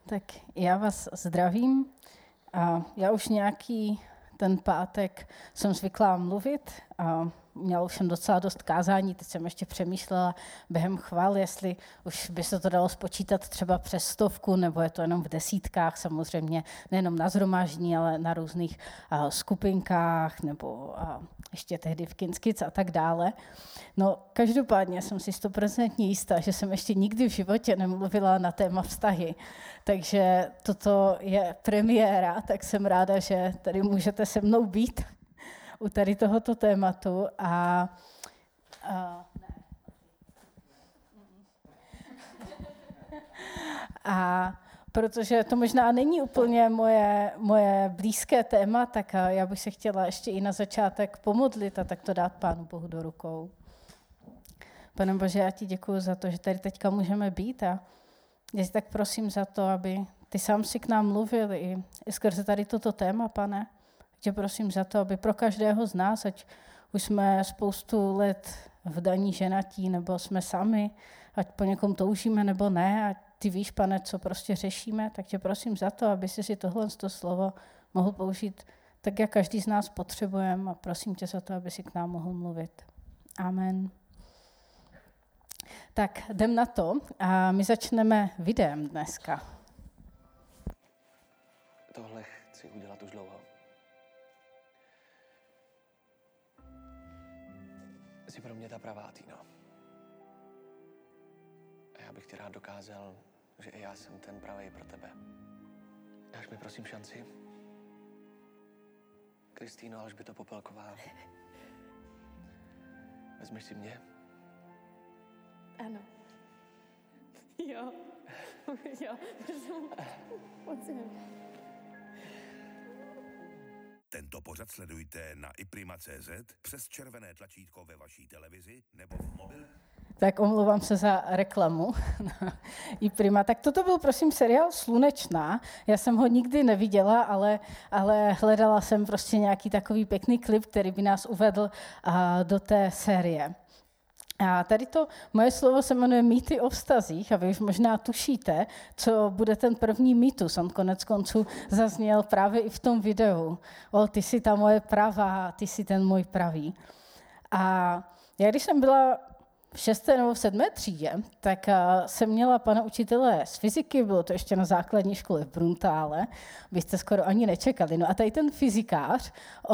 Tak já vás zdravím. A já už nějaký ten pátek jsem zvyklá mluvit a měla už jsem docela dost kázání. Teď jsem ještě přemýšlela během chvál, jestli už by se to dalo spočítat třeba přes 100, nebo je to jenom v desítkách, samozřejmě nejenom na shromáždění, ale na různých skupinkách nebo ještě tehdy v Kinskic a tak dále. No, každopádně jsem si 100% jistá, že jsem ještě nikdy v životě nemluvila na téma vztahy. Takže toto je premiéra, tak jsem ráda, že tady můžete se mnou být u tady tohoto tématu. A protože to možná není úplně moje blízké téma, tak já bych se chtěla ještě i na začátek pomodlit a tak to dát Pánu Bohu do rukou. Pane Bože, já ti děkuji za to, že tady teďka můžeme být a já si tak prosím za to, aby ty sám si k nám mluvil i skrze tady toto téma, Pane. Tě prosím za to, aby pro každého z nás, ať už jsme spoustu let vdaní ženatí, nebo jsme sami, ať po někom toužíme nebo ne, a ty víš, Pane, co prostě řešíme, tak tě prosím za to, aby si tohle slovo mohl použít tak, jak každý z nás potřebujeme, a prosím tě za to, aby si k nám mohl mluvit. Amen. Tak jdem na to a my začneme videem dneska. Tohle chci udělat už dlouho. Jsi pro mě ta pravá, Týno. A já bych ti rád dokázal, že i já jsem ten pravý pro tebe. Dáš mi prosím šanci? Kristýno Alžběto Popelková. Vezmeš si mě? Ano. Jo. Jo. Tento pořad sledujte na iprima.cz, přes červené tlačítko ve vaší televizi nebo v mobilu. Tak omlouvám se za reklamu. iPrima. Tak toto byl, prosím, seriál Slunečná. Já jsem ho nikdy neviděla, ale hledala jsem prostě nějaký takový pěkný klip, který by nás uvedl do té série. A tady to moje slovo se jmenuje Mýty o vztazích a vy už možná tušíte, co bude ten první mýtus. On konec konců zazněl právě i v tom videu. Ty jsi ta moje pravá, ty jsi ten můj pravý. A já když jsem byla v 6. nebo v 7. třídě, tak jsem měla pana učitele z fyziky, bylo to ještě na základní škole v Bruntále, byste skoro ani nečekali. No a tady ten fyzikář,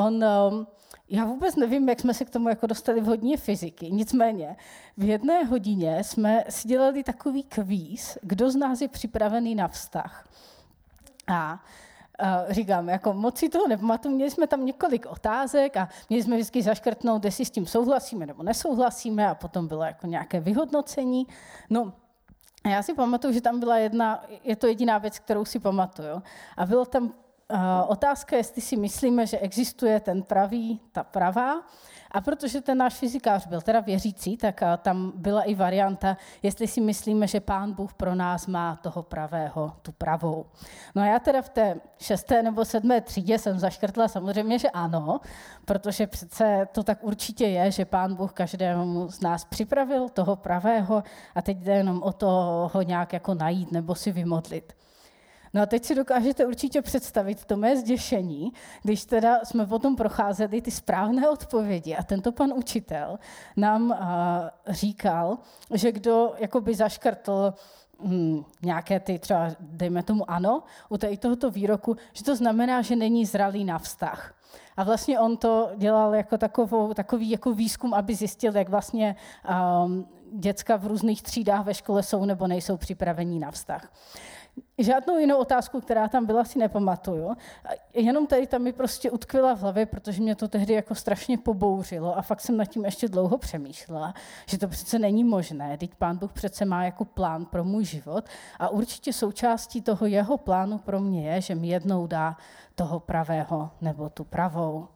já vůbec nevím, jak jsme se k tomu jako dostali v hodině fyziky, nicméně v 1 hodině jsme si dělali takový kvíz, kdo z nás je připravený na vztah. A říkám, jako moc si toho nepamatuju, měli jsme tam několik otázek a měli jsme vždycky zaškrtnout, jestli s tím souhlasíme nebo nesouhlasíme a potom bylo jako nějaké vyhodnocení. No, a já si pamatuju, že tam byla je to jediná věc, kterou si pamatuju. A bylo tam otázka, jestli si myslíme, že existuje ten pravý, ta pravá. A protože ten náš fyzikář byl teda věřící, tak tam byla i varianta, jestli si myslíme, že Pán Bůh pro nás má toho pravého, tu pravou. No a já teda v té 6. nebo 7. třídě jsem zaškrtla samozřejmě, že ano, protože přece to tak určitě je, že Pán Bůh každému z nás připravil toho pravého a teď jde jenom o to ho nějak jako najít nebo si vymodlit. No a teď si dokážete určitě představit to mé zděšení, když teda jsme potom procházeli ty správné odpovědi a tento pan učitel nám říkal, že kdo jakoby zaškrtl nějaké ty třeba, dejme tomu ano, u tohoto výroku, že to znamená, že není zralý na vztah. A vlastně on to dělal jako takový jako výzkum, aby zjistil, jak vlastně děcka v různých třídách ve škole jsou nebo nejsou připravení na vztah. Žádnou jinou otázku, která tam byla, si nepamatuju. Jenom tady tam mi prostě utkvěla v hlavě, protože mě to tehdy jako strašně pobouřilo a fakt jsem nad tím ještě dlouho přemýšlela, že to přece není možné. Vždyť Pán Bůh přece má jako plán pro můj život a určitě součástí toho jeho plánu pro mě je, že mi jednou dá toho pravého nebo tu pravou.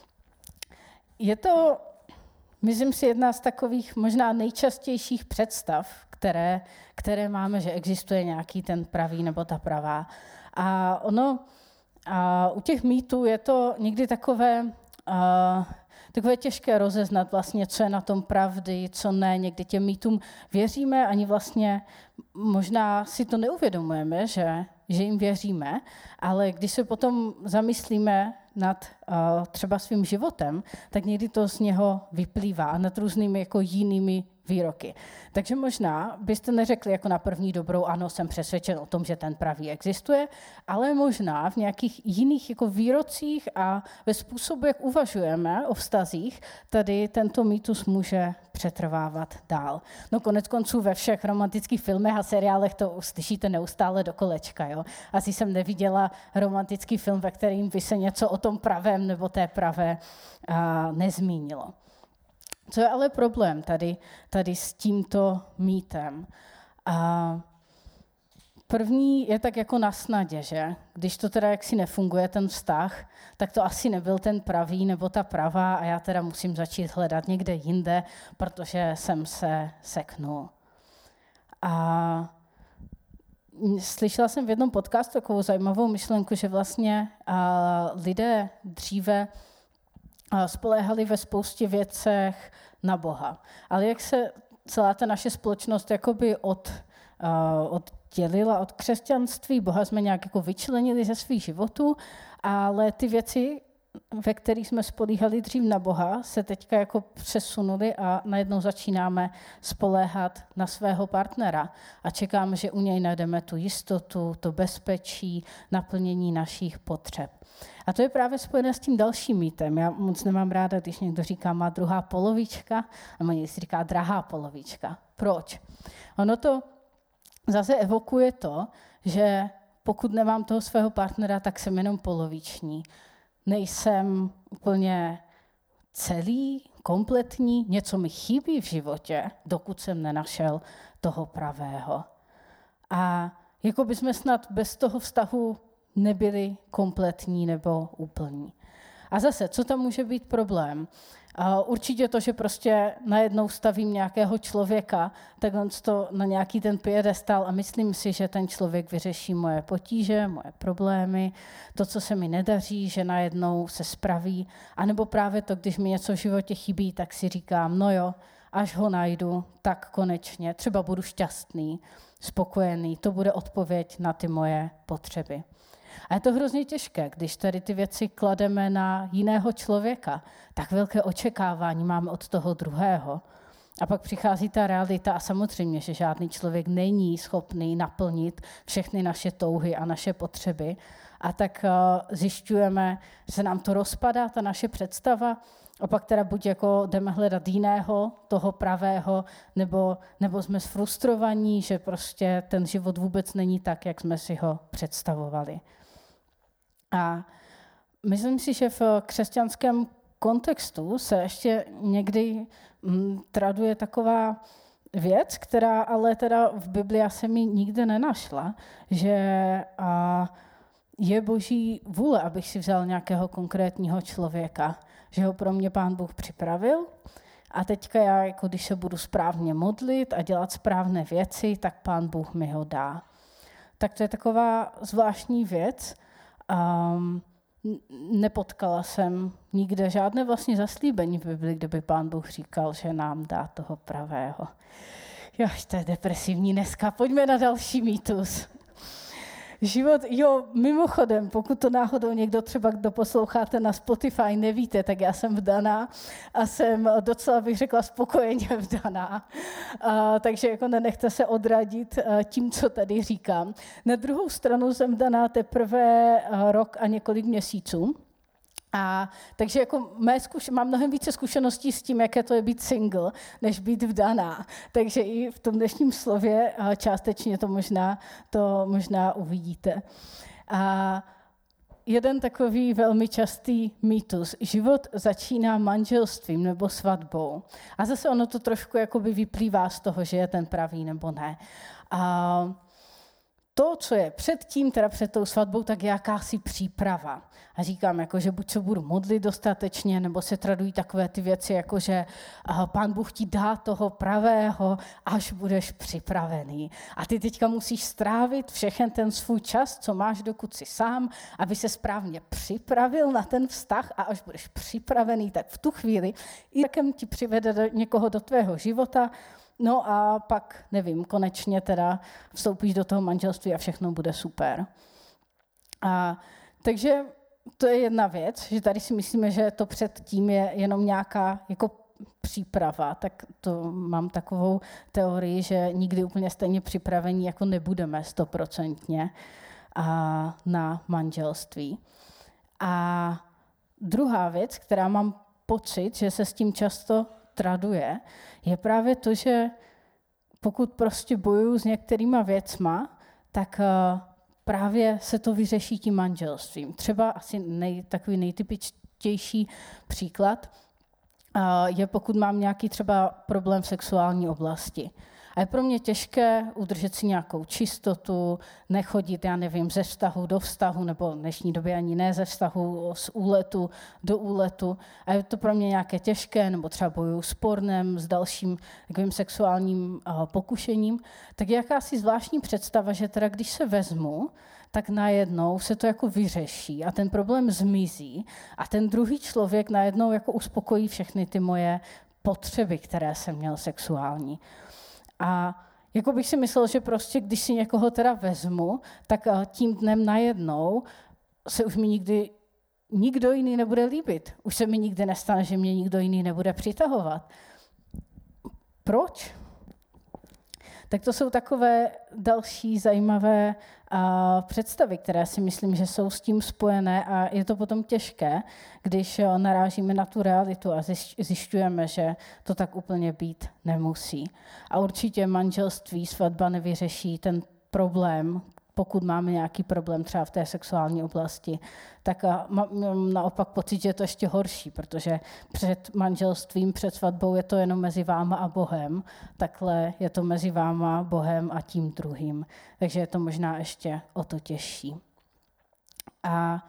Je to, myslím si, jedna z takových možná nejčastějších představ, které máme, že existuje nějaký ten pravý nebo ta pravá. A u těch mýtů je to někdy takové těžké rozeznat vlastně, co je na tom pravdy, co ne. Někdy těm mýtům věříme, ani vlastně možná si to neuvědomujeme, že jim věříme, ale když se potom zamyslíme nad třeba svým životem, tak někdy to z něho vyplývá nad různými jako jinými výroky. Takže možná byste neřekli jako na první dobrou, ano, jsem přesvědčen o tom, že ten pravý existuje, ale možná v nějakých jiných jako výrocích a ve způsobu, jak uvažujeme o vztazích, tady tento mýtus může přetrvávat dál. No konec konců ve všech romantických filmech a seriálech to slyšíte neustále do kolečka. Jo? Asi jsem neviděla romantický film, ve kterým by se něco o tom pravém nebo té pravé nezmínilo. Co je ale problém tady s tímto mýtem? První je tak jako na snadě, že? Když to teda jaksi nefunguje, ten vztah, tak to asi nebyl ten pravý nebo ta pravá a já teda musím začít hledat někde jinde, protože jsem se seknul. A slyšela jsem v jednom podcastu takovou zajímavou myšlenku, že vlastně lidé dříve spoléhali ve spoustě věcech na Boha. Ale jak se celá ta naše společnost jakoby oddělila od křesťanství, Boha jsme nějak jako vyčlenili ze svých životů, ale ty věci, ve kterých jsme spolíhali dřív na Boha, se teďka jako přesunuli a najednou začínáme spoléhat na svého partnera a čekáme, že u něj najdeme tu jistotu, to bezpečí, naplnění našich potřeb. A to je právě spojené s tím dalším mýtem. Já moc nemám ráda, když někdo říká má druhá polovička, a někdo si říká drahá polovička. Proč? Ono to zase evokuje to, že pokud nemám toho svého partnera, tak jsem jenom poloviční. Nejsem úplně celý, kompletní, něco mi chybí v životě, dokud jsem nenašel toho pravého. A jako bychom snad bez toho vztahu nebyli kompletní nebo úplní. A zase, co tam může být problém? Určitě to, že prostě najednou stavím nějakého člověka, tak on to na nějaký ten piedestal a myslím si, že ten člověk vyřeší moje potíže, moje problémy, to, co se mi nedaří, že najednou se spraví. A nebo právě to, když mi něco v životě chybí, tak si říkám, no jo, až ho najdu, tak konečně, třeba budu šťastný, spokojený, to bude odpověď na ty moje potřeby. A je to hrozně těžké, když tady ty věci klademe na jiného člověka. Tak velké očekávání máme od toho druhého. A pak přichází ta realita a samozřejmě, že žádný člověk není schopný naplnit všechny naše touhy a naše potřeby. A tak zjišťujeme, že se nám to rozpadá, ta naše představa, a pak teda buď jako jdeme hledat jiného, toho pravého, nebo jsme zfrustrovaní, že prostě ten život vůbec není tak, jak jsme si ho představovali. A myslím si, že v křesťanském kontextu se ještě někdy traduje taková věc, která ale teda v Biblii já jsem ji nikde nenašla, že je Boží vůle, abych si vzal nějakého konkrétního člověka, že ho pro mě Pán Bůh připravil a teďka já, jako když se budu správně modlit a dělat správné věci, tak Pán Bůh mi ho dá. Tak to je taková zvláštní věc. Nepotkala jsem nikde žádné vlastně zaslíbení v Biblii, kde by Pán Bůh říkal, že nám dá toho pravého. Jo, to je depresivní dneska. Pojďme na další mýtus. Život, mimochodem, pokud to náhodou někdo třeba, kdo posloucháte na Spotify, nevíte, tak já jsem vdaná a jsem docela, bych řekla, spokojeně vdaná. Takže jako nenechte se odradit tím, co tady říkám. Na druhou stranu jsem vdaná teprve rok a několik měsíců. Takže jako mám mnohem více zkušeností s tím, jaké to je být single, než být vdaná. Takže i v tom dnešním slově částečně to možná uvidíte. A jeden takový velmi častý mýtus. Život začíná manželstvím nebo svatbou. A zase ono to trošku jakoby vyplývá z toho, že je ten pravý nebo ne. To, co je předtím, teda před tou svatbou, tak je jakási příprava. A říkám, jako, že buď se budu modlit dostatečně, nebo se tradují takové ty věci, jako že Pán Bůh ti dá toho pravého, až budeš připravený. A ty teďka musíš strávit všechen ten svůj čas, co máš, dokud jsi sám, aby se správně připravil na ten vztah a až budeš připravený, tak v tu chvíli i takem ti přivede někoho do tvého života, No a pak, nevím, konečně teda vstoupíš do toho manželství a všechno bude super. Takže to je jedna věc, že tady si myslíme, že to předtím je jenom nějaká jako příprava, tak to mám takovou teorii, že nikdy úplně stejně připravení jako nebudeme 100% na manželství. A druhá věc, která mám pocit, že se s tím často traduje, je právě to, že pokud prostě bojuju s některýma věcma, tak právě se to vyřeší tím manželstvím. Třeba asi takový nejtypičtější příklad je, pokud mám nějaký třeba problém v sexuální oblasti. A je pro mě těžké udržet si nějakou čistotu, nechodit, já nevím, ze vztahu do vztahu, nebo v dnešní době ani ne ze vztahu z úletu do úletu. A je to pro mě nějaké těžké, nebo třeba bojuju s pornem, s dalším takovým sexuálním pokušením. Tak je jakási zvláštní představa, že teda když se vezmu, tak najednou se to jako vyřeší a ten problém zmizí a ten druhý člověk najednou jako uspokojí všechny ty moje potřeby, které jsem měl sexuální. A jako bych si myslel, že prostě když si někoho teda vezmu, tak tím dnem najednou se už mi nikdy nikdo jiný nebude líbit. Už se mi nikdy nestane, že mě nikdo jiný nebude přitahovat. Proč? Tak to jsou takové další zajímavé představy, které si myslím, že jsou s tím spojené a je to potom těžké, když narážíme na tu realitu a zjišťujeme, že to tak úplně být nemusí. A určitě manželství, svatba nevyřeší ten problém, pokud máme nějaký problém třeba v té sexuální oblasti, tak mám naopak pocit, že je to ještě horší, protože před manželstvím, před svatbou je to jenom mezi váma a Bohem, takhle je to mezi váma, Bohem a tím druhým. Takže je to možná ještě o to těžší. A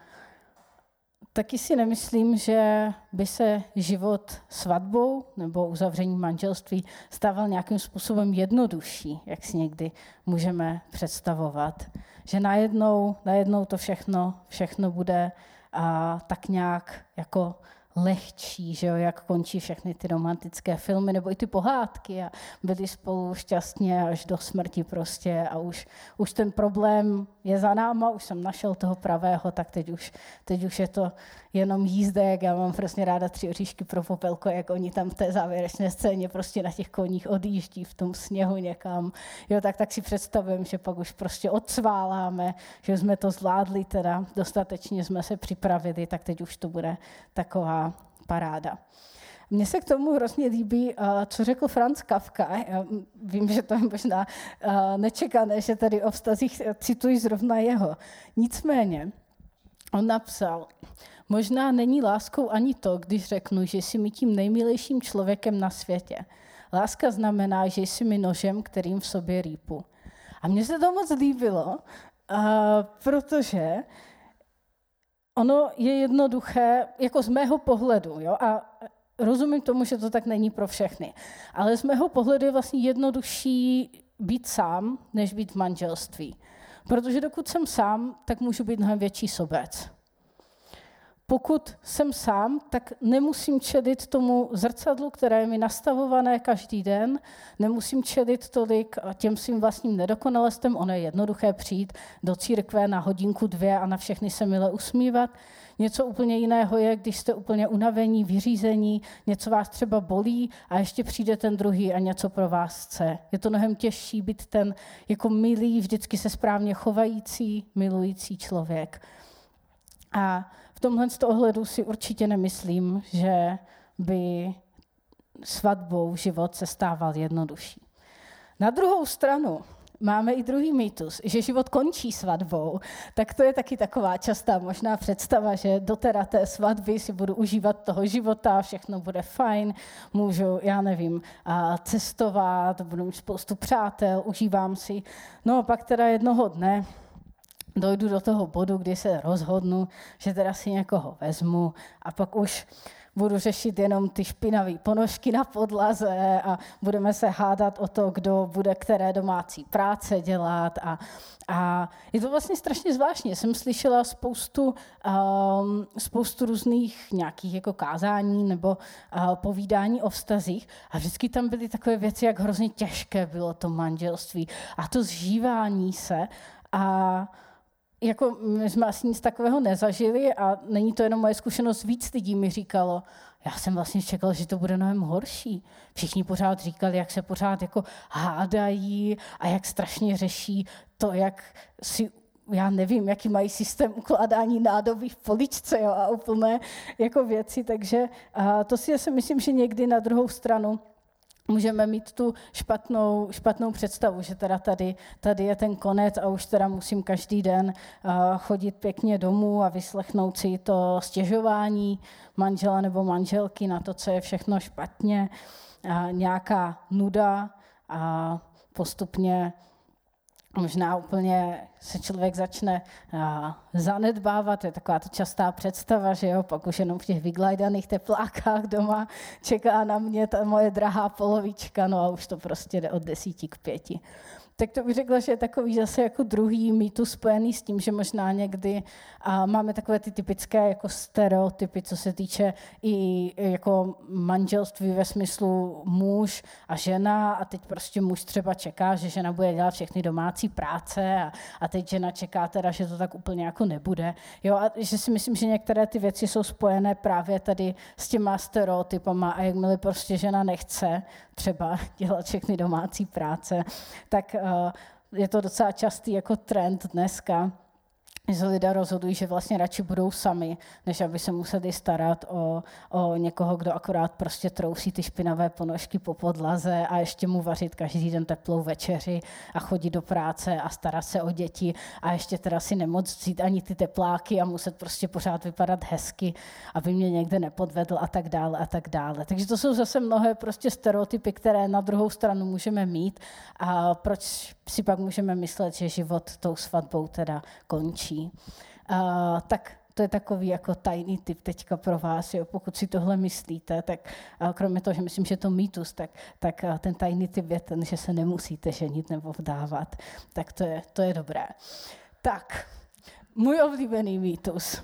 taky si nemyslím, že by se život svatbou nebo uzavření manželství stával nějakým způsobem jednodušší, jak si někdy můžeme představovat. Že najednou to všechno bude tak nějak jako lehčí, že jo, jak končí všechny ty romantické filmy nebo i ty pohádky a byli spolu šťastně až do smrti prostě a už ten problém je za náma, už jsem našel toho pravého, tak teď už je to jenom jízdek. Já mám prostě ráda 3 oříšky pro popelko, jak oni tam v té závěrečné scéně prostě na těch koních odjíždí v tom sněhu někam. Jo, tak si představím, že pak už prostě odsváláme, že jsme to zvládli teda, dostatečně jsme se připravili, tak teď už to bude taková paráda. Mně se k tomu hrozně líbí, co řekl Franz Kafka. Já vím, že to je možná nečekané, že tady o vztazích cituji zrovna jeho. Nicméně, on napsal, možná není láskou ani to, když řeknu, že jsi mi tím nejmilejším člověkem na světě. Láska znamená, že jsi mi nožem, kterým v sobě rýpu. A mně se to moc líbilo, protože ono je jednoduché, jako z mého pohledu, jo, a rozumím tomu, že to tak není pro všechny, ale z mého pohledu je vlastně jednodušší být sám, než být v manželství. Protože dokud jsem sám, tak můžu být mnohem větší sobec. Pokud jsem sám, tak nemusím čelit tomu zrcadlu, které je mi nastavované každý den, nemusím čelit tolik těm svým vlastním nedokonalostem, ono je jednoduché přijít do církve na hodinku, 2 a na všechny se mile usmívat. Něco úplně jiného je, když jste úplně unavení, vyřízení, něco vás třeba bolí a ještě přijde ten druhý a něco pro vás chce. Je to mnohem těžší být ten jako milý, vždycky se správně chovající, milující člověk. A v tomhle ohledu si určitě nemyslím, že by svatbou život se stával jednodušší. Na druhou stranu máme i druhý mýtus, že život končí svatbou, tak to je taky taková častá možná představa, že do té svatby si budu užívat toho života, všechno bude fajn, můžu, já nevím, cestovat, budu mít spoustu přátel, užívám si. No a pak teda jednoho dne dojdu do toho bodu, kdy se rozhodnu, že teda si někoho vezmu a pak už budu řešit jenom ty špinavé ponožky na podlaze a budeme se hádat o to, kdo bude které domácí práce dělat. A je to vlastně strašně zvláštní. Jsem slyšela spoustu různých nějakých jako kázání nebo povídání o vztazích a vždycky tam byly takové věci, jak hrozně těžké bylo to manželství a to zžívání se. A jako my jsme asi nic takového nezažili a není to jenom moje zkušenost, víc lidí mi říkalo, já jsem vlastně čekal, že to bude mnohem horší. Všichni pořád říkali, jak se pořád jako hádají a jak strašně řeší to, jak si, já nevím, jaký mají systém ukládání nádobí v poličce, jo, a úplné jako věci, takže to si já si myslím, že někdy na druhou stranu můžeme mít tu špatnou představu, že teda tady je ten konec a už teda musím každý den chodit pěkně domů a vyslechnout si to stěžování manžela nebo manželky na to, co je všechno špatně, nějaká nuda a postupně možná úplně se člověk začne zanedbávat, je taková ta častá představa, že jo, pak už jenom v těch vyglajdaných teplákách doma čeká na mě ta moje drahá polovička, no a už to prostě jde od 10 k 5. Tak to bych řekla, že je takový zase jako druhý mýtus spojený s tím, že možná někdy máme takové ty typické jako stereotypy, co se týče i jako manželství ve smyslu muž a žena a teď prostě muž třeba čeká, že žena bude dělat všechny domácí práce a teď žena čeká teda, že to tak úplně jako nebude. Jo, a že si myslím, že některé ty věci jsou spojené právě tady s těma stereotypama a jakmile prostě žena nechce třeba dělat všechny domácí práce, tak je to docela častý jako trend dneska, že lidé rozhodují, že vlastně radši budou sami, než aby se museli starat o někoho, kdo akorát prostě trousí ty špinavé ponožky po podlaze a ještě mu vařit každý den teplou večeři a chodit do práce a starat se o děti a ještě teda si nemoc vzít ani ty tepláky a muset prostě pořád vypadat hezky, aby mě někde nepodvedl a tak dále a tak dále. Takže to jsou zase mnohé prostě stereotypy, které na druhou stranu můžeme mít a proč si pak můžeme myslet, že život tou svatbou teda končí. Tak to je takový jako tajný tip teďka pro vás, jo. Pokud si tohle myslíte, tak kromě toho, že myslím, že to mýtus, tak ten tajný tip je ten, že se nemusíte ženit nebo vdávat. Tak to je dobré. Tak, můj oblíbený mýtus.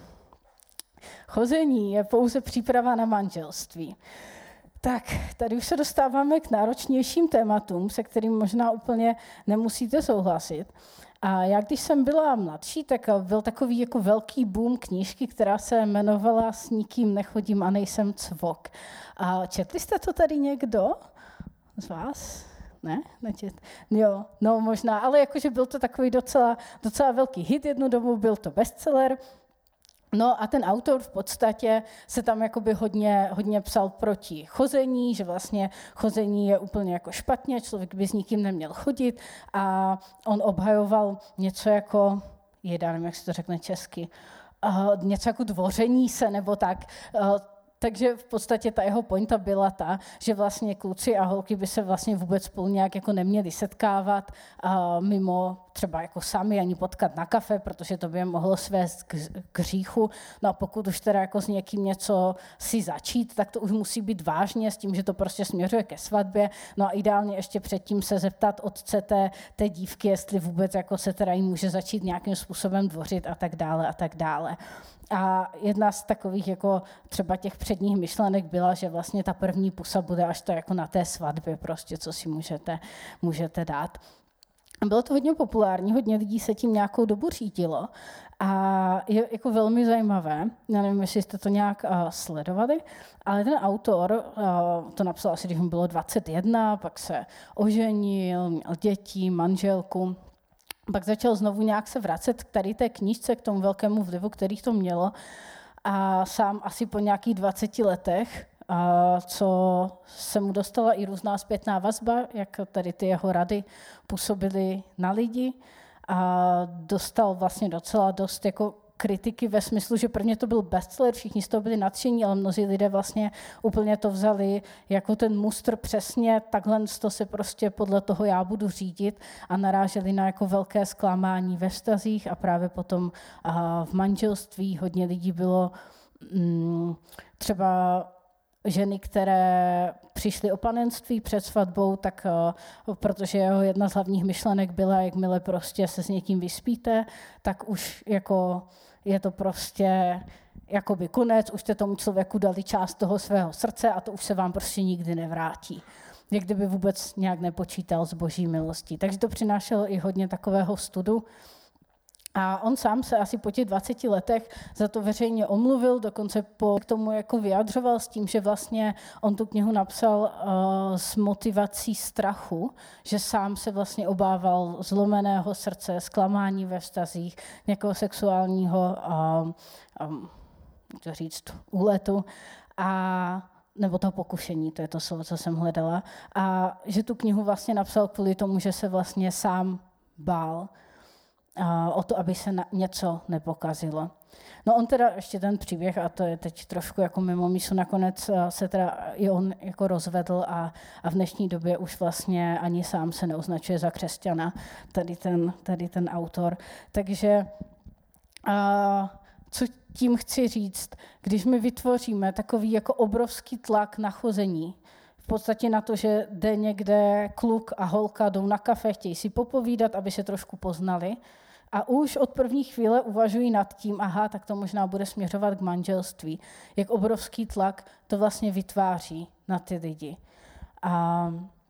Chození je pouze příprava na manželství. Tak, tady už se dostáváme k náročnějším tématům, se kterým možná úplně nemusíte souhlasit. A já, když jsem byla mladší, tak byl takový jako velký boom knížky, která se jmenovala S nikým nechodím a nejsem cvok. A četli jste to tady někdo z vás? Ne? Nečet? Jo, no možná, ale jakože byl to takový docela velký hit jednu dobu, byl to bestseller. No a ten autor v podstatě se tam jakoby hodně psal proti chození, že vlastně chození je úplně jako špatně, člověk by s nikým neměl chodit a on obhajoval něco jako, nevím, jak se to řekne česky, něco jako dvoření se nebo tak. Takže v podstatě ta jeho pointa byla ta, že vlastně kluci a holky by se vlastně vůbec spolu nějak jako neměli setkávat mimo třeba jako sami ani potkat na kafe, protože to by je mohlo svést k hříchu. No a pokud už teda jako s někým něco si začít, tak to už musí být vážně s tím, že to prostě směřuje ke svatbě. No a ideálně ještě předtím se zeptat otce té dívky, jestli vůbec jako se teda jí může začít nějakým způsobem dvořit a tak dále a tak dále. A jedna z takových jako třeba těch předních myšlenek byla, že vlastně ta první pusa bude až to jako na té svatbě prostě, co si můžete dát. Bylo to hodně populární, hodně lidí se tím nějakou dobu řídilo a je jako velmi zajímavé, já nevím, jestli jste to nějak sledovali, ale ten autor to napsal asi, když mu bylo 21, pak se oženil, měl děti, manželku. Pak začal znovu nějak se vracet k tady té knížce, k tomu velkému vlivu, který to mělo. A sám asi po nějakých 20 letech, co se mu dostala i různá zpětná vazba, jak tady ty jeho rady působily na lidi, a dostal vlastně docela dost jako kritiky ve smyslu, že prvně to byl bestseller, všichni z toho byli nadšení, ale mnozí lidé vlastně úplně to vzali jako ten mustr přesně, takhle to se prostě podle toho já budu řídit a naráželi na jako velké zklamání ve vztazích a právě potom v manželství hodně lidí bylo třeba ženy, které přišly o panenství před svatbou, tak protože jeho jedna z hlavních myšlenek byla, jakmile prostě se s někým vyspíte, tak už jako je to prostě jakoby konec, už jste tomu člověku dali část toho svého srdce a to už se vám prostě nikdy nevrátí. Jak kdyby vůbec nějak nepočítal s boží milostí. Takže to přinášelo i hodně takového studu. A on sám se asi po těch 20 letech za to veřejně omluvil, dokonce k tomu jako vyjadřoval s tím, že vlastně on tu knihu napsal s motivací strachu, že sám se vlastně obával zlomeného srdce, zklamání ve vztazích, nějakého sexuálního úletu nebo toho pokušení, to je to slovo, co jsem hledala. A že tu knihu vlastně napsal kvůli tomu, že se vlastně sám bál o to, aby se něco nepokazilo. No on teda ještě ten příběh, a to je teď trošku jako mimo mísu, nakonec se teda i on jako rozvedl a v dnešní době už vlastně ani sám se neoznačuje za křesťana, tady ten autor. Takže co tím chci říct, když my vytvoříme takový jako obrovský tlak na chození, v podstatě na to, že jde někde kluk a holka, jdou na kafe, chtějí si popovídat, aby se trošku poznali a už od první chvíle uvažují nad tím, tak to možná bude směřovat k manželství. Jak obrovský tlak to vlastně vytváří na ty lidi. A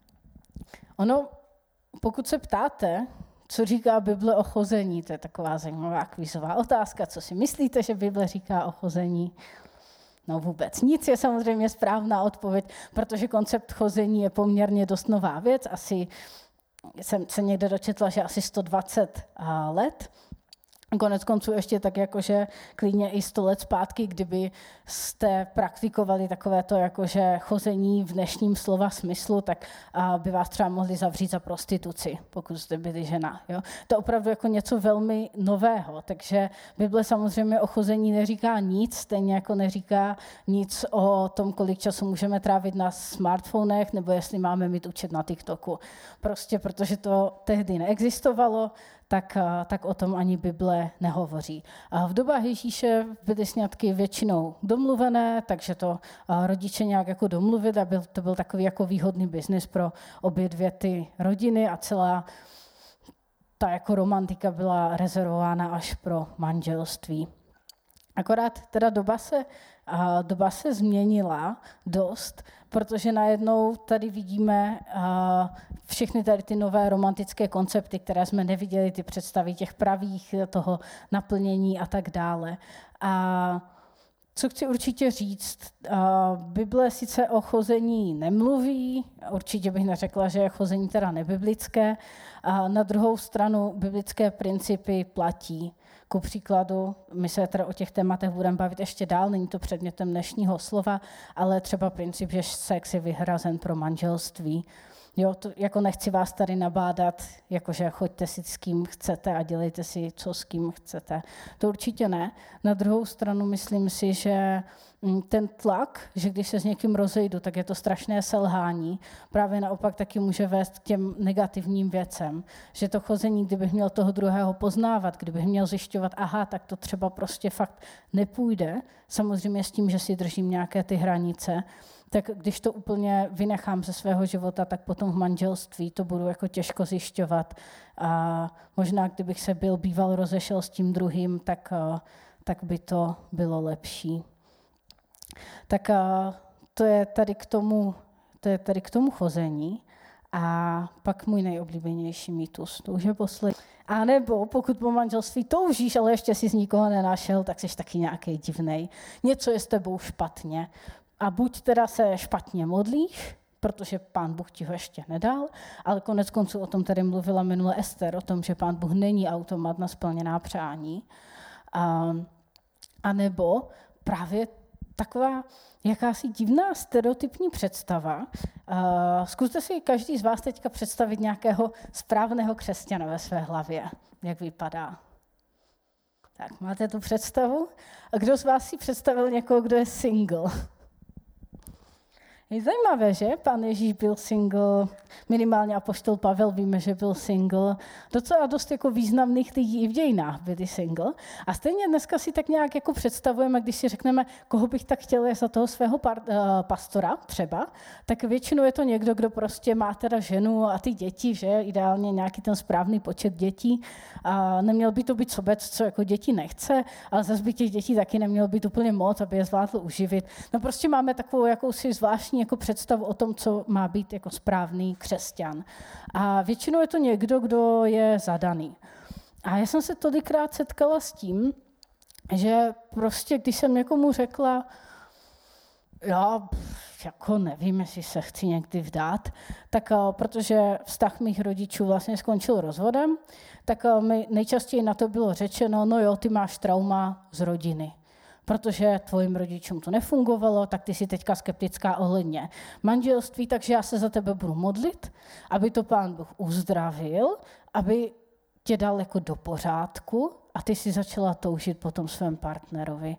pokud se ptáte, co říká Bible o chození, to je taková zajímavá kvízová otázka, co si myslíte, že Bible říká o chození? No vůbec nic je samozřejmě správná odpověď, protože koncept chození je poměrně dost nová věc. Asi jsem se někde dočetla, že asi 120 let. Konec konců ještě tak jakože klidně i 100 let zpátky, kdyby jste praktikovali takovéto jakože chození v dnešním slova smyslu, tak by vás třeba mohli zavřít za prostituci, pokud jste byli žena. Jo? To je opravdu jako něco velmi nového, takže Bible samozřejmě o chození neříká nic, stejně jako neříká nic o tom, kolik času můžeme trávit na smartfonech, nebo jestli máme mít účet na TikToku. Prostě protože to tehdy neexistovalo, tak o tom ani Bible nehovoří. A v dobách Ježíše byly sňatky většinou domluvené, takže to rodiče nějak jako domluvit a to byl takový jako výhodný biznis pro obě dvě ty rodiny a celá ta jako romantika byla rezervována až pro manželství. Akorát teda doba se změnila dost, protože najednou tady vidíme všechny tady ty nové romantické koncepty, které jsme neviděli, ty představy těch pravých, toho naplnění a tak dále. A co chci určitě říct, Bible sice o chození nemluví, určitě bych neřekla, že je chození teda nebiblické, a na druhou stranu biblické principy platí. Ku příkladu, my se teda o těch tématech budeme bavit ještě dál, není to předmětem dnešního slova, ale třeba princip, že sex je vyhrazen pro manželství. Jo, to jako nechci vás tady nabádat, jakože choďte si s kým chcete a dělejte si, co s kým chcete. To určitě ne. Na druhou stranu myslím si, že ten tlak, že když se s někým rozejdu, tak je to strašné selhání, právě naopak taky může vést k těm negativním věcem. Že to chození, kdybych měl toho druhého poznávat, kdybych měl zjišťovat, tak to třeba prostě fakt nepůjde, samozřejmě s tím, že si držím nějaké ty hranice, tak když to úplně vynechám ze svého života, tak potom v manželství to budu jako těžko zjišťovat. A možná, kdybych se býval rozešel s tím druhým, tak by to bylo lepší. Tak to je tady k tomu chození. A pak můj nejoblíbenější mýtus, to už je poslední. A nebo pokud po manželství toužíš, ale ještě si z nikoho nenašel, tak jsi taky nějaký divnej. Něco je s tebou špatně. A buď teda se špatně modlíš, protože Pán Bůh ti ho ještě nedal, ale konec konců o tom tady mluvila minule Ester, o tom, že Pán Bůh není automat na splněná přání. A nebo právě taková jakási divná stereotypní představa. Zkuste si každý z vás teďka představit nějakého správného křesťana ve své hlavě, jak vypadá. Tak, máte tu představu? A kdo z vás si představil někoho, kdo je single? Je zajímavé, že? Pán Ježíš byl single, minimálně apoštol Pavel víme, že byl single. Docela dost jako významných lidí i v dějinách byli single. A stejně dneska si tak nějak jako představujeme, když si řekneme, koho bych tak chtěl je za toho svého pastora třeba, tak většinou je to někdo, kdo prostě má teda ženu a ty děti, že? Ideálně nějaký ten správný počet dětí. A neměl by to být sobec, co jako děti nechce, ale zase by těch dětí taky nemělo být úplně moc, aby je zvládl uživit. No prostě máme takovou jakousi zvláštní jako představu o tom, co má být jako správný křesťan. A většinou je to někdo, kdo je zadaný. A já jsem se tolikrát setkala s tím, že prostě, když jsem někomu řekla, já jako nevím, jestli se chci někdy vdát, tak protože vztah mých rodičů vlastně skončil rozvodem, tak mi nejčastěji na to bylo řečeno, no jo, ty máš trauma z rodiny. Protože tvojim rodičům to nefungovalo, tak ty jsi teďka skeptická ohledně manželství, takže já se za tebe budu modlit, aby to Pán Bůh uzdravil, aby tě dal jako do pořádku a ty si začala toužit po tom svém partnerovi.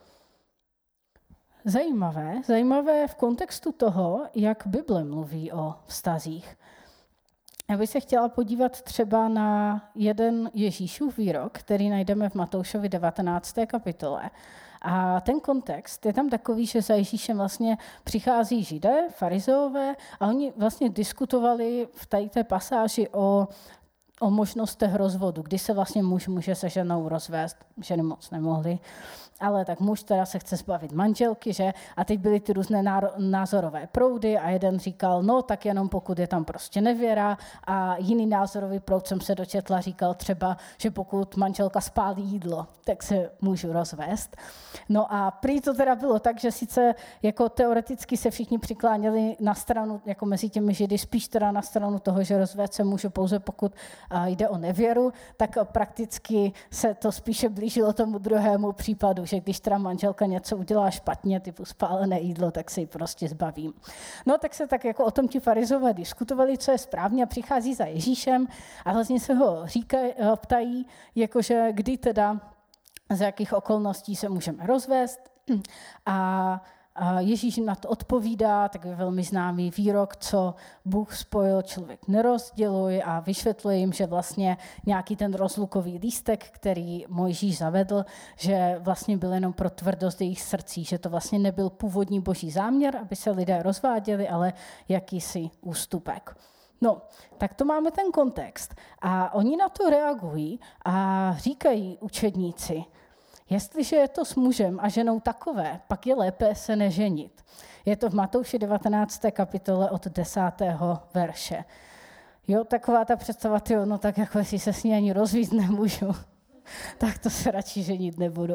Zajímavé v kontextu toho, jak Bible mluví o vztazích. Já bych se chtěla podívat třeba na jeden Ježíšův výrok, který najdeme v Matoušovi 19. kapitole. A ten kontext je tam takový, že za Ježíšem vlastně přichází Židé, farizeové a oni vlastně diskutovali v té pasáži o možnostech rozvodu, kdy se vlastně muž může se ženou rozvést, ženy moc nemohly, ale tak muž teda se chce zbavit manželky, že? A teď byly ty různé názorové proudy a jeden říkal, no tak jenom pokud je tam prostě nevěra a jiný názorový proud jsem se dočetla, říkal třeba, že pokud manželka spálí jídlo, tak se můžu rozvést. No a prý to teda bylo tak, že sice jako teoreticky se všichni přikláněli na stranu, jako mezi těmi Židy, spíš teda na stranu toho, že rozvést se můžu pouze pokud jde o nevěru, tak prakticky se to spíše blížilo tomu druhému případu, že když teda manželka něco udělá špatně, typu spálené jídlo, tak se ji prostě zbavím. No tak se tak jako o tom ti farizové diskutovali, co je správně a přichází za Ježíšem a vlastně se ho ptají, jakože kdy teda, z jakých okolností se můžeme rozvést a Ježíš jim na to odpovídá, takový velmi známý výrok, co Bůh spojil, člověk nerozděluje a vysvětluje jim, že vlastně nějaký ten rozlukový lístek, který Mojžíš zavedl, že vlastně byl jenom pro tvrdost jejich srdcí, že to vlastně nebyl původní boží záměr, aby se lidé rozváděli, ale jakýsi ústupek. No, tak to máme ten kontext. A oni na to reagují a říkají učedníci, jestliže je to s mužem a ženou takové, pak je lépe se neženit. Je to v Matouši 19. kapitole od 10. verše. Jo, taková ta představa, no tak jako jestli se s ní ani rozvíct nemůžu, tak to se radši ženit nebudu.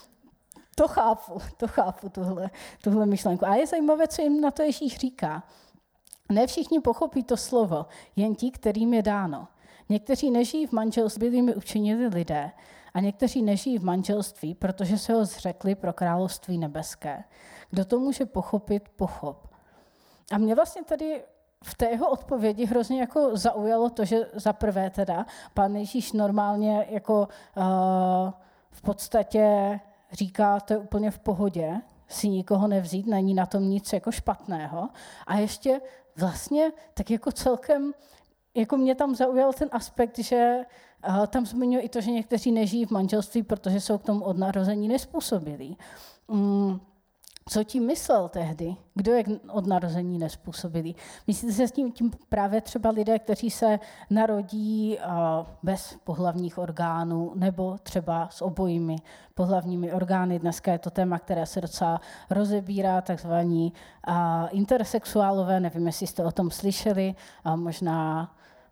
To chápu tuhle myšlenku. A je zajímavé, co jim na to Ježíš říká. Ne všichni pochopí to slovo, jen ti, kterým je dáno. Někteří nežijí v manželství, byli mi učinili lidé, a někteří nežijí v manželství, protože se ho zřekli pro království nebeské. Kdo to může pochopit, pochop. A mě vlastně tady v té jeho odpovědi hrozně jako zaujalo to, že za prvé teda Pán Ježíš normálně jako v podstatě říká, to je úplně v pohodě, si nikoho nevzít, není na tom nic jako špatného. A ještě vlastně tak jako celkem, jako mě tam zaujal ten aspekt, že tam zmiňuje i to, že někteří nežijí v manželství, protože jsou k tomu od narození nezpůsobilí. Co tím myslel tehdy? Kdo je od narození nezpůsobilý? Myslíte se s tím právě třeba lidé, kteří se narodí bez pohlavních orgánů nebo třeba s obojími pohlavními orgány? Dneska je to téma, které se docela rozebírá, takzvaní intersexuálové, nevím, jestli jste o tom slyšeli, možná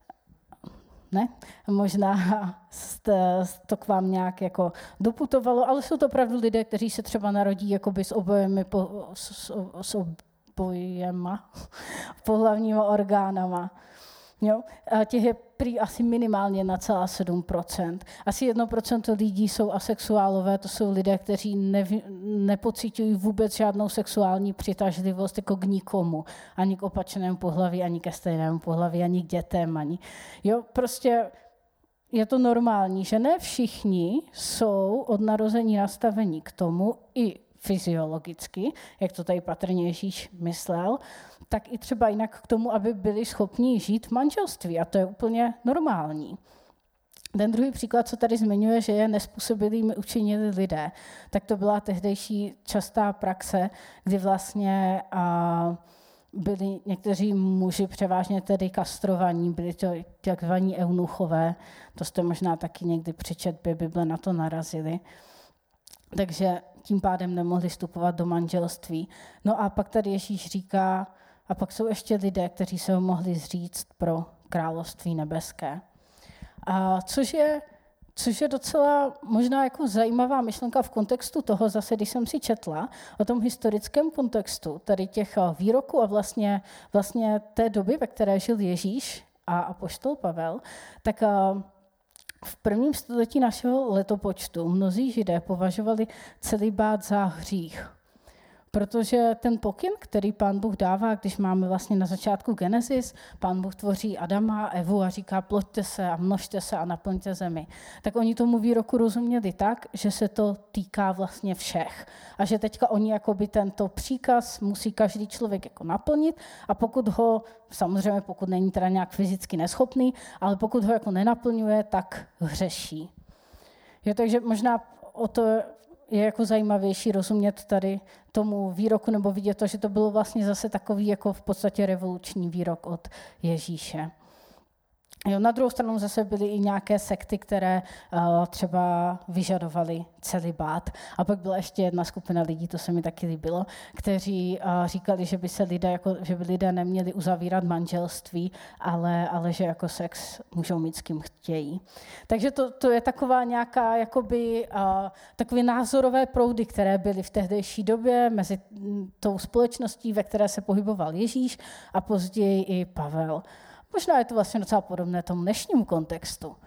to k vám nějak jako doputovalo, ale jsou to opravdu lidé, kteří se třeba narodí jakoby s obojema pohlavníma orgánama. Jo? A těch je prý asi minimálně na celá 7%. Asi 1% lidí jsou asexuálové, to jsou lidé, kteří nepociťují vůbec žádnou sexuální přitažlivost jako k nikomu. Ani k opačnému pohlaví, ani ke stejnému pohlaví, ani k dětem. Jo? Prostě je to normální, že ne všichni jsou od narození nastavení k tomu, i fyziologicky, jak to tady patrně Ježíš myslel, tak i třeba jinak k tomu, aby byli schopni žít v manželství. A to je úplně normální. Ten druhý příklad, co tady zmiňuje, že je nezpůsobilými učinili lidé, tak to byla tehdejší častá praxe, kdy vlastně byli někteří muži převážně tedy kastrovaní, byli to takzvaní eunuchové, to jste možná taky někdy při četbě Bible na to narazili. Takže tím pádem nemohli vstupovat do manželství. No a pak tady Ježíš říká, a pak jsou ještě lidé, kteří se ho mohli zříct pro království nebeské. Což je docela možná jako zajímavá myšlenka v kontextu toho, zase když jsem si četla o tom historickém kontextu, tady těch výroků a vlastně té doby, ve které žil Ježíš a apoštol Pavel, tak v prvním století našeho letopočtu mnozí Židé považovali celibát za hřích. Protože ten pokyn, který Pán Bůh dává, když máme vlastně na začátku Genesis, Pán Bůh tvoří Adama a Evu a říká ploďte se a množte se a naplňte zemi. Tak oni tomu výroku rozuměli tak, že se to týká vlastně všech. A že teďka oni jakoby tento příkaz musí každý člověk jako naplnit a pokud ho, samozřejmě pokud není teda nějak fyzicky neschopný, ale pokud ho jako nenaplňuje, tak hřeší. Takže možná o to je jako zajímavější rozumět tady tomu výroku nebo vidět to, že to bylo vlastně zase takový jako v podstatě revoluční výrok od Ježíše. Na druhou stranu zase byly i nějaké sekty, které třeba vyžadovaly celibát. A pak byla ještě jedna skupina lidí, to se mi taky líbilo, kteří říkali, že by lidé neměli uzavírat manželství, ale že jako sex můžou mít s kým chtějí. Takže to je taková nějaká jakoby, takové názorové proudy, které byly v tehdejší době mezi tou společností, ve které se pohyboval Ježíš a později i Pavel. Možná je to vlastně docela podobné tomu dnešnímu kontextu.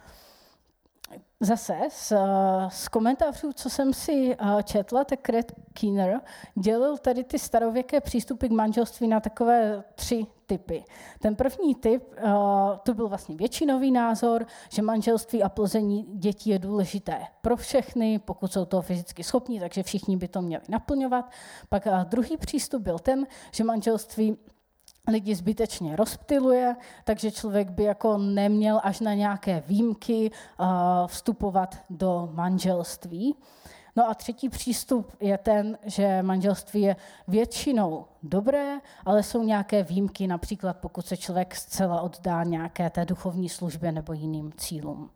Zase z komentářů, co jsem si četla, tak Craig Keener dělil tady ty starověké přístupy k manželství na takové 3 typy. Ten první typ, to byl vlastně většinový názor, že manželství a plození dětí je důležité pro všechny, pokud jsou toho fyzicky schopní, takže všichni by to měli naplňovat. Pak druhý přístup byl ten, že manželství lidi zbytečně rozptyluje, takže člověk by jako neměl až na nějaké výjimky vstupovat do manželství. No a třetí přístup je ten, že manželství je většinou dobré, ale jsou nějaké výjimky, například pokud se člověk zcela oddá nějaké té duchovní službě nebo jiným cílům.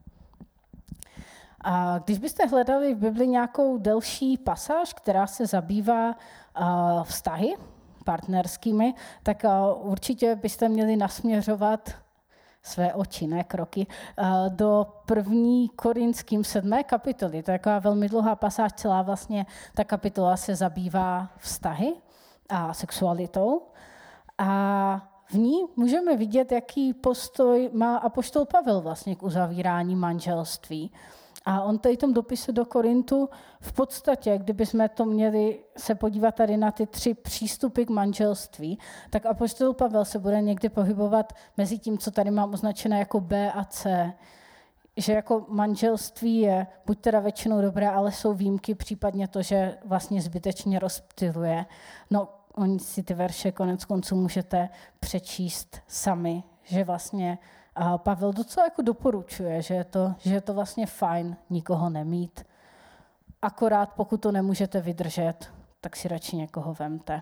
A když byste hledali v Bibli nějakou delší pasáž, která se zabývá vztahy partnerskými, tak určitě byste měli nasměřovat své oči, ne kroky, do 1. Korinským 7. kapitoly. To je taková velmi dlouhá pasáž, celá vlastně ta kapitola se zabývá vztahy a sexualitou. A v ní můžeme vidět, jaký postoj má apoštol Pavel vlastně k uzavírání manželství. A on tady v tom dopise do Korintu v podstatě, kdybychom to měli se podívat tady na ty 3 přístupy k manželství, tak apoštol Pavel se bude někdy pohybovat mezi tím, co tady mám označené jako B a C. Že jako manželství je buď teda většinou dobré, ale jsou výjimky, případně to, že vlastně zbytečně rozptyluje. No, oni si ty verše konec konců můžete přečíst sami, že vlastně a Pavel docela jako doporučuje, že je to vlastně fajn nikoho nemít. Akorát pokud to nemůžete vydržet, tak si radši někoho vemte.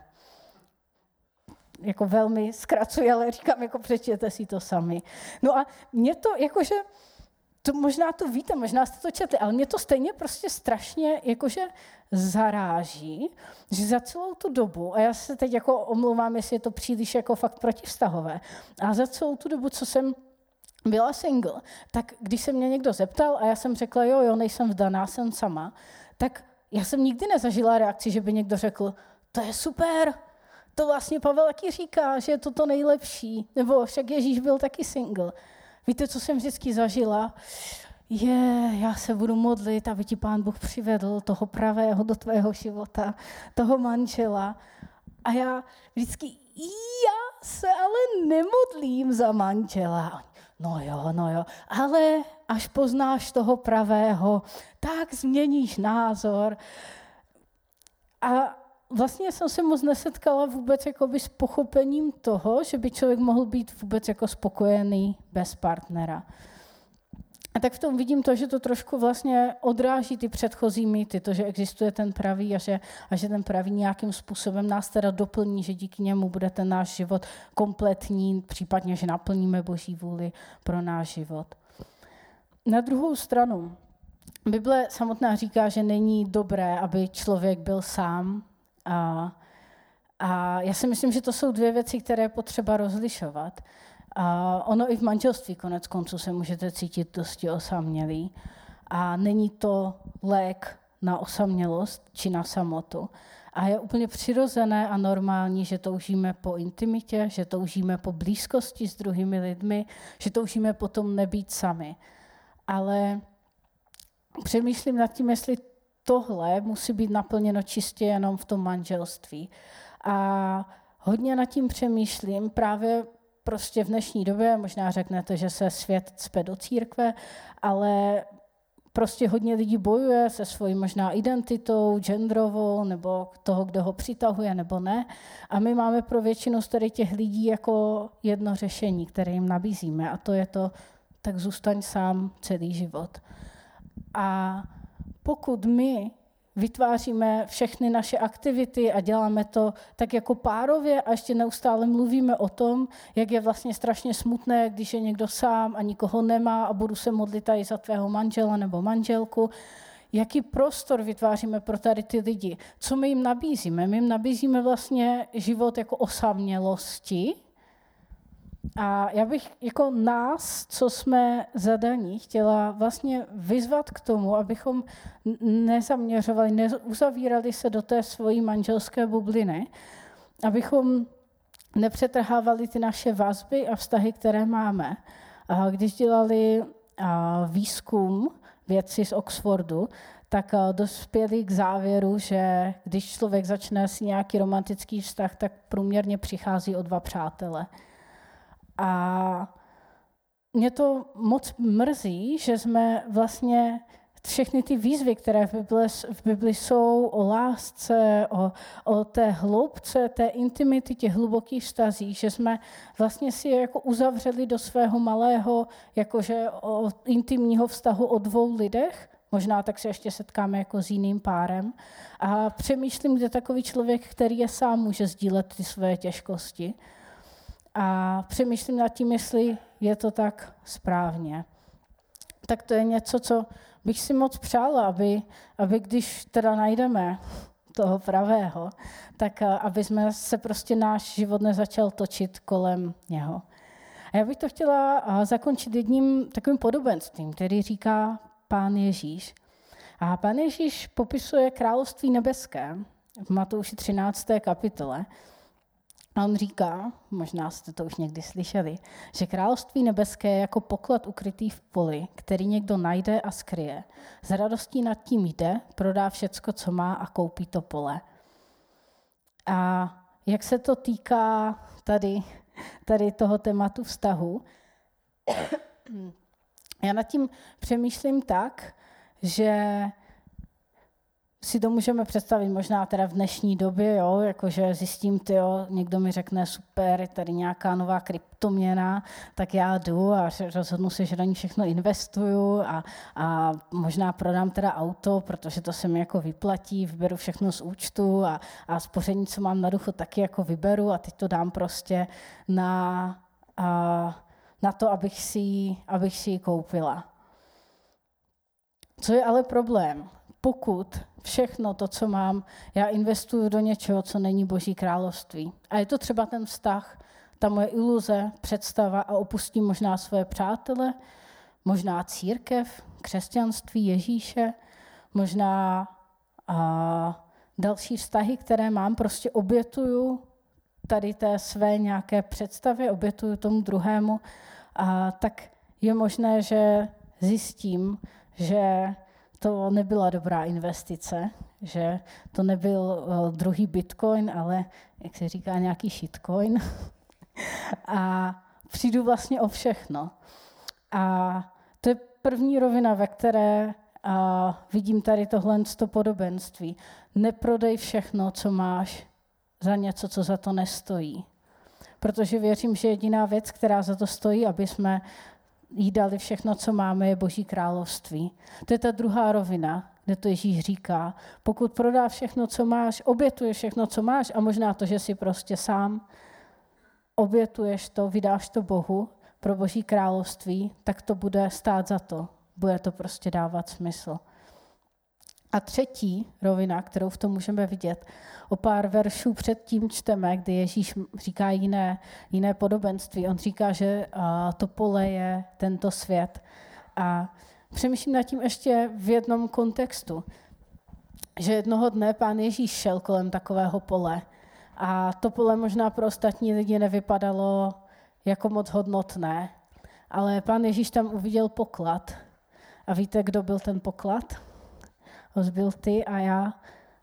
Jako velmi zkracuji, ale říkám, jako přečtěte si to sami. No a mě to jakože, to možná to víte, možná jste to četli, ale mě to stejně prostě strašně jakože zaráží, že za celou tu dobu, a já se teď jako omlouvám, jestli je to příliš jako fakt protivztahové, a za celou tu dobu, co jsem byla single, tak když se mě někdo zeptal a já jsem řekla, jo, nejsem vdaná, jsem sama, tak já jsem nikdy nezažila reakci, že by někdo řekl, to je super, to vlastně Pavel taky říká, že je to nejlepší, nebo však Ježíš byl taky single. Víte, co jsem vždycky zažila? Já se budu modlit, aby ti Pán Bůh přivedl toho pravého do tvého života, toho manžela. A já vždycky, já se ale nemodlím za manžela. No jo, až poznáš toho pravého, tak změníš názor. A vlastně jsem se moc nesetkala vůbec jakoby s pochopením toho, že by člověk mohl být vůbec jako spokojený bez partnera. A tak v tom vidím to, že to trošku vlastně odráží ty předchozí mýty, to, že existuje ten pravý a že ten pravý nějakým způsobem nás teda doplní, že díky němu bude ten náš život kompletní, případně, že naplníme Boží vůli pro náš život. Na druhou stranu, Bible samotná říká, že není dobré, aby člověk byl sám. A já si myslím, že to jsou dvě věci, které je potřeba rozlišovat. A ono i v manželství konec konců se můžete cítit dosti osamělý. A není to lék na osamělost či na samotu. A je úplně přirozené a normální, že toužíme po intimitě, že toužíme po blízkosti s druhými lidmi, že toužíme potom nebýt sami. Ale přemýšlím nad tím, jestli tohle musí být naplněno čistě jenom v tom manželství. A hodně nad tím přemýšlím právě prostě v dnešní době, možná řeknete, že se svět cpe do církve, ale prostě hodně lidí bojuje se svojí možná identitou, genderovou, nebo toho, kdo ho přitahuje, nebo ne. A my máme pro většinu z těch lidí jako jedno řešení, které jim nabízíme, a to je to, tak zůstaň sám celý život. A pokud my vytváříme všechny naše aktivity a děláme to tak jako párově a ještě neustále mluvíme o tom, jak je vlastně strašně smutné, když je někdo sám a nikoho nemá a budu se modlit tady za tvého manžela nebo manželku. Jaký prostor vytváříme pro tady ty lidi? Co my jim nabízíme? My jim nabízíme vlastně život jako osamělosti. A já bych jako nás, co jsme zadaní, chtěla vlastně vyzvat k tomu, abychom nezaměřovali, neuzavírali se do té svojí manželské bubliny, abychom nepřetrhávali ty naše vazby a vztahy, které máme. A když dělali výzkum vědci z Oxfordu, tak dospěli k závěru, že když člověk začne si nějaký romantický vztah, tak průměrně přichází o 2 přátele. A mě to moc mrzí, že jsme vlastně všechny ty výzvy, které v Bibli jsou o lásce, o té hloubce, té intimity, těch hlubokých vztazích, že jsme vlastně si je jako uzavřeli do svého malého, jakože o intimního vztahu o 2 lidech. Možná tak se ještě setkáme jako s jiným párem. A přemýšlím, kde takový člověk, který je sám, může sdílet ty své těžkosti. A přemýšlím nad tím, jestli je to tak správně. Tak to je něco, co bych si moc přála, aby když teda najdeme toho pravého, tak aby jsme se prostě náš život nezačal točit kolem něho. A já bych to chtěla zakončit jedním takovým podobenstvím, který říká Pán Ježíš. A Pán Ježíš popisuje království nebeské v Matouši 13. kapitole. A on říká, možná jste to už někdy slyšeli, že království nebeské je jako poklad ukrytý v poli, který někdo najde a skryje. S radostí nad tím jde, prodá všecko, co má a koupí to pole. A jak se to týká tady toho tématu vztahu, já nad tím přemýšlím tak, že si to můžeme představit možná teda v dnešní době, jo, jakože zjistím, někdo mi řekne super, je tady nějaká nová kryptoměna, tak já jdu a rozhodnu se, že do ní všechno investuju a možná prodám teda auto, protože to se mi jako vyplatí, vyberu všechno z účtu a spoření, co mám na duchu, taky jako vyberu a teď to dám prostě na to, abych si ji koupila. Co je ale problém? Pokud všechno to, co mám, já investuju do něčeho, co není Boží království. A je to třeba ten vztah, ta moje iluze, představa a opustím možná své přátele, možná církev, křesťanství, Ježíše, možná další vztahy, které mám, prostě obětuju tady té své nějaké představě, obětuju tomu druhému, tak je možné, že zjistím, že to nebyla dobrá investice, že to nebyl druhý bitcoin, ale, jak se říká, nějaký shitcoin. A přijdu vlastně o všechno. A to je první rovina, ve které vidím tady tohle podobenství. Neprodej všechno, co máš, za něco, co za to nestojí. Protože věřím, že jediná věc, která za to stojí, aby jsme jí dali všechno, co máme, je Boží království. To je ta druhá rovina, kde to Ježíš říká. Pokud prodáš všechno, co máš, obětuješ všechno, co máš a možná to, že jsi prostě sám, obětuješ to, vydáš to Bohu pro Boží království, tak to bude stát za to. Bude to prostě dávat smysl. A třetí rovina, kterou v tom můžeme vidět, o pár veršů předtím čteme, kdy Ježíš říká jiné podobenství. On říká, že to pole je tento svět. A přemýšlím nad tím ještě v jednom kontextu, že jednoho dne Pán Ježíš šel kolem takového pole. A to pole možná pro ostatní lidi nevypadalo jako moc hodnotné, ale Pán Ježíš tam uviděl poklad. A víte, kdo byl ten poklad? Byl ty a já.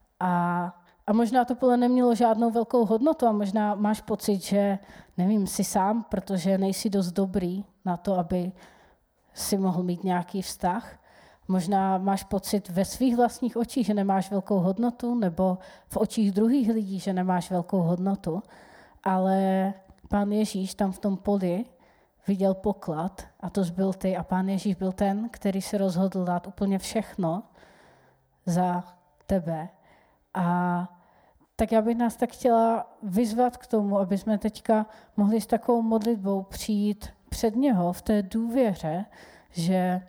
A možná to pole nemělo žádnou velkou hodnotu a možná máš pocit, že nevím, jsi sám, protože nejsi dost dobrý na to, aby si mohl mít nějaký vztah. Možná máš pocit ve svých vlastních očích, že nemáš velkou hodnotu, nebo v očích druhých lidí, že nemáš velkou hodnotu. Ale Pán Ježíš tam v tom poli viděl poklad a to byl ty. A Pán Ježíš byl ten, který se rozhodl dát úplně všechno za tebe. A tak já bych nás tak chtěla vyzvat k tomu, aby jsme teďka mohli s takovou modlitbou přijít před něho v té důvěře, že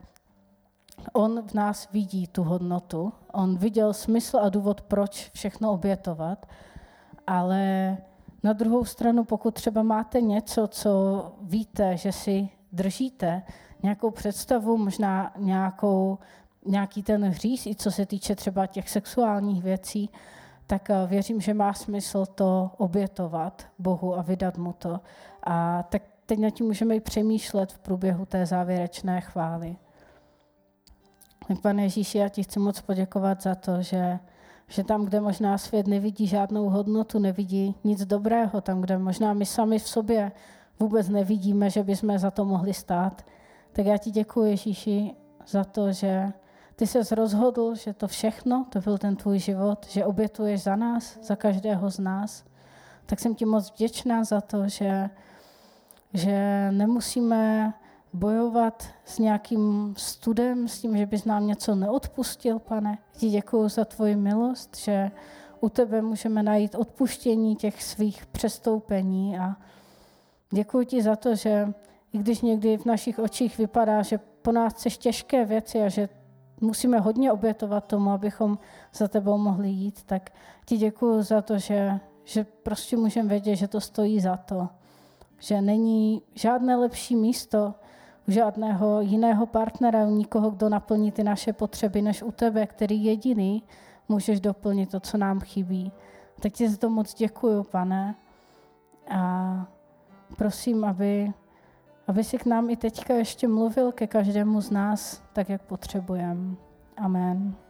on v nás vidí tu hodnotu. On viděl smysl a důvod, proč všechno obětovat. Ale na druhou stranu, pokud třeba máte něco, co víte, že si držíte, nějakou představu, možná nějaký ten hřích, i co se týče třeba těch sexuálních věcí, tak věřím, že má smysl to obětovat Bohu a vydat mu to. A tak teď nad tím můžeme i přemýšlet v průběhu té závěrečné chvály. Pane Ježíši, já ti chci moc poděkovat za to, že tam, kde možná svět nevidí žádnou hodnotu, nevidí nic dobrého, tam, kde možná my sami v sobě vůbec nevidíme, že bychom za to mohli stát, tak já ti děkuji, Ježíši, za to, že ty ses rozhodl, že to všechno, to byl ten tvůj život, že obětuješ za nás, za každého z nás. Tak jsem ti moc vděčná za to, že nemusíme bojovat s nějakým studem, s tím, že bys nám něco neodpustil, Pane. Ti děkuju za tvoji milost, že u tebe můžeme najít odpuštění těch svých přestoupení a děkuji ti za to, že i když někdy v našich očích vypadá, že po nás chceš těžké věci a že musíme hodně obětovat tomu, abychom za tebou mohli jít, tak ti děkuju za to, že prostě můžeme vědět, že to stojí za to. Že není žádné lepší místo u žádného jiného partnera, u nikoho, kdo naplní ty naše potřeby, než u tebe, který jediný můžeš doplnit to, co nám chybí. Tak ti za to moc děkuju, Pane. A prosím, aby si k nám i teďka ještě mluvil ke každému z nás, tak jak potřebujeme. Amen.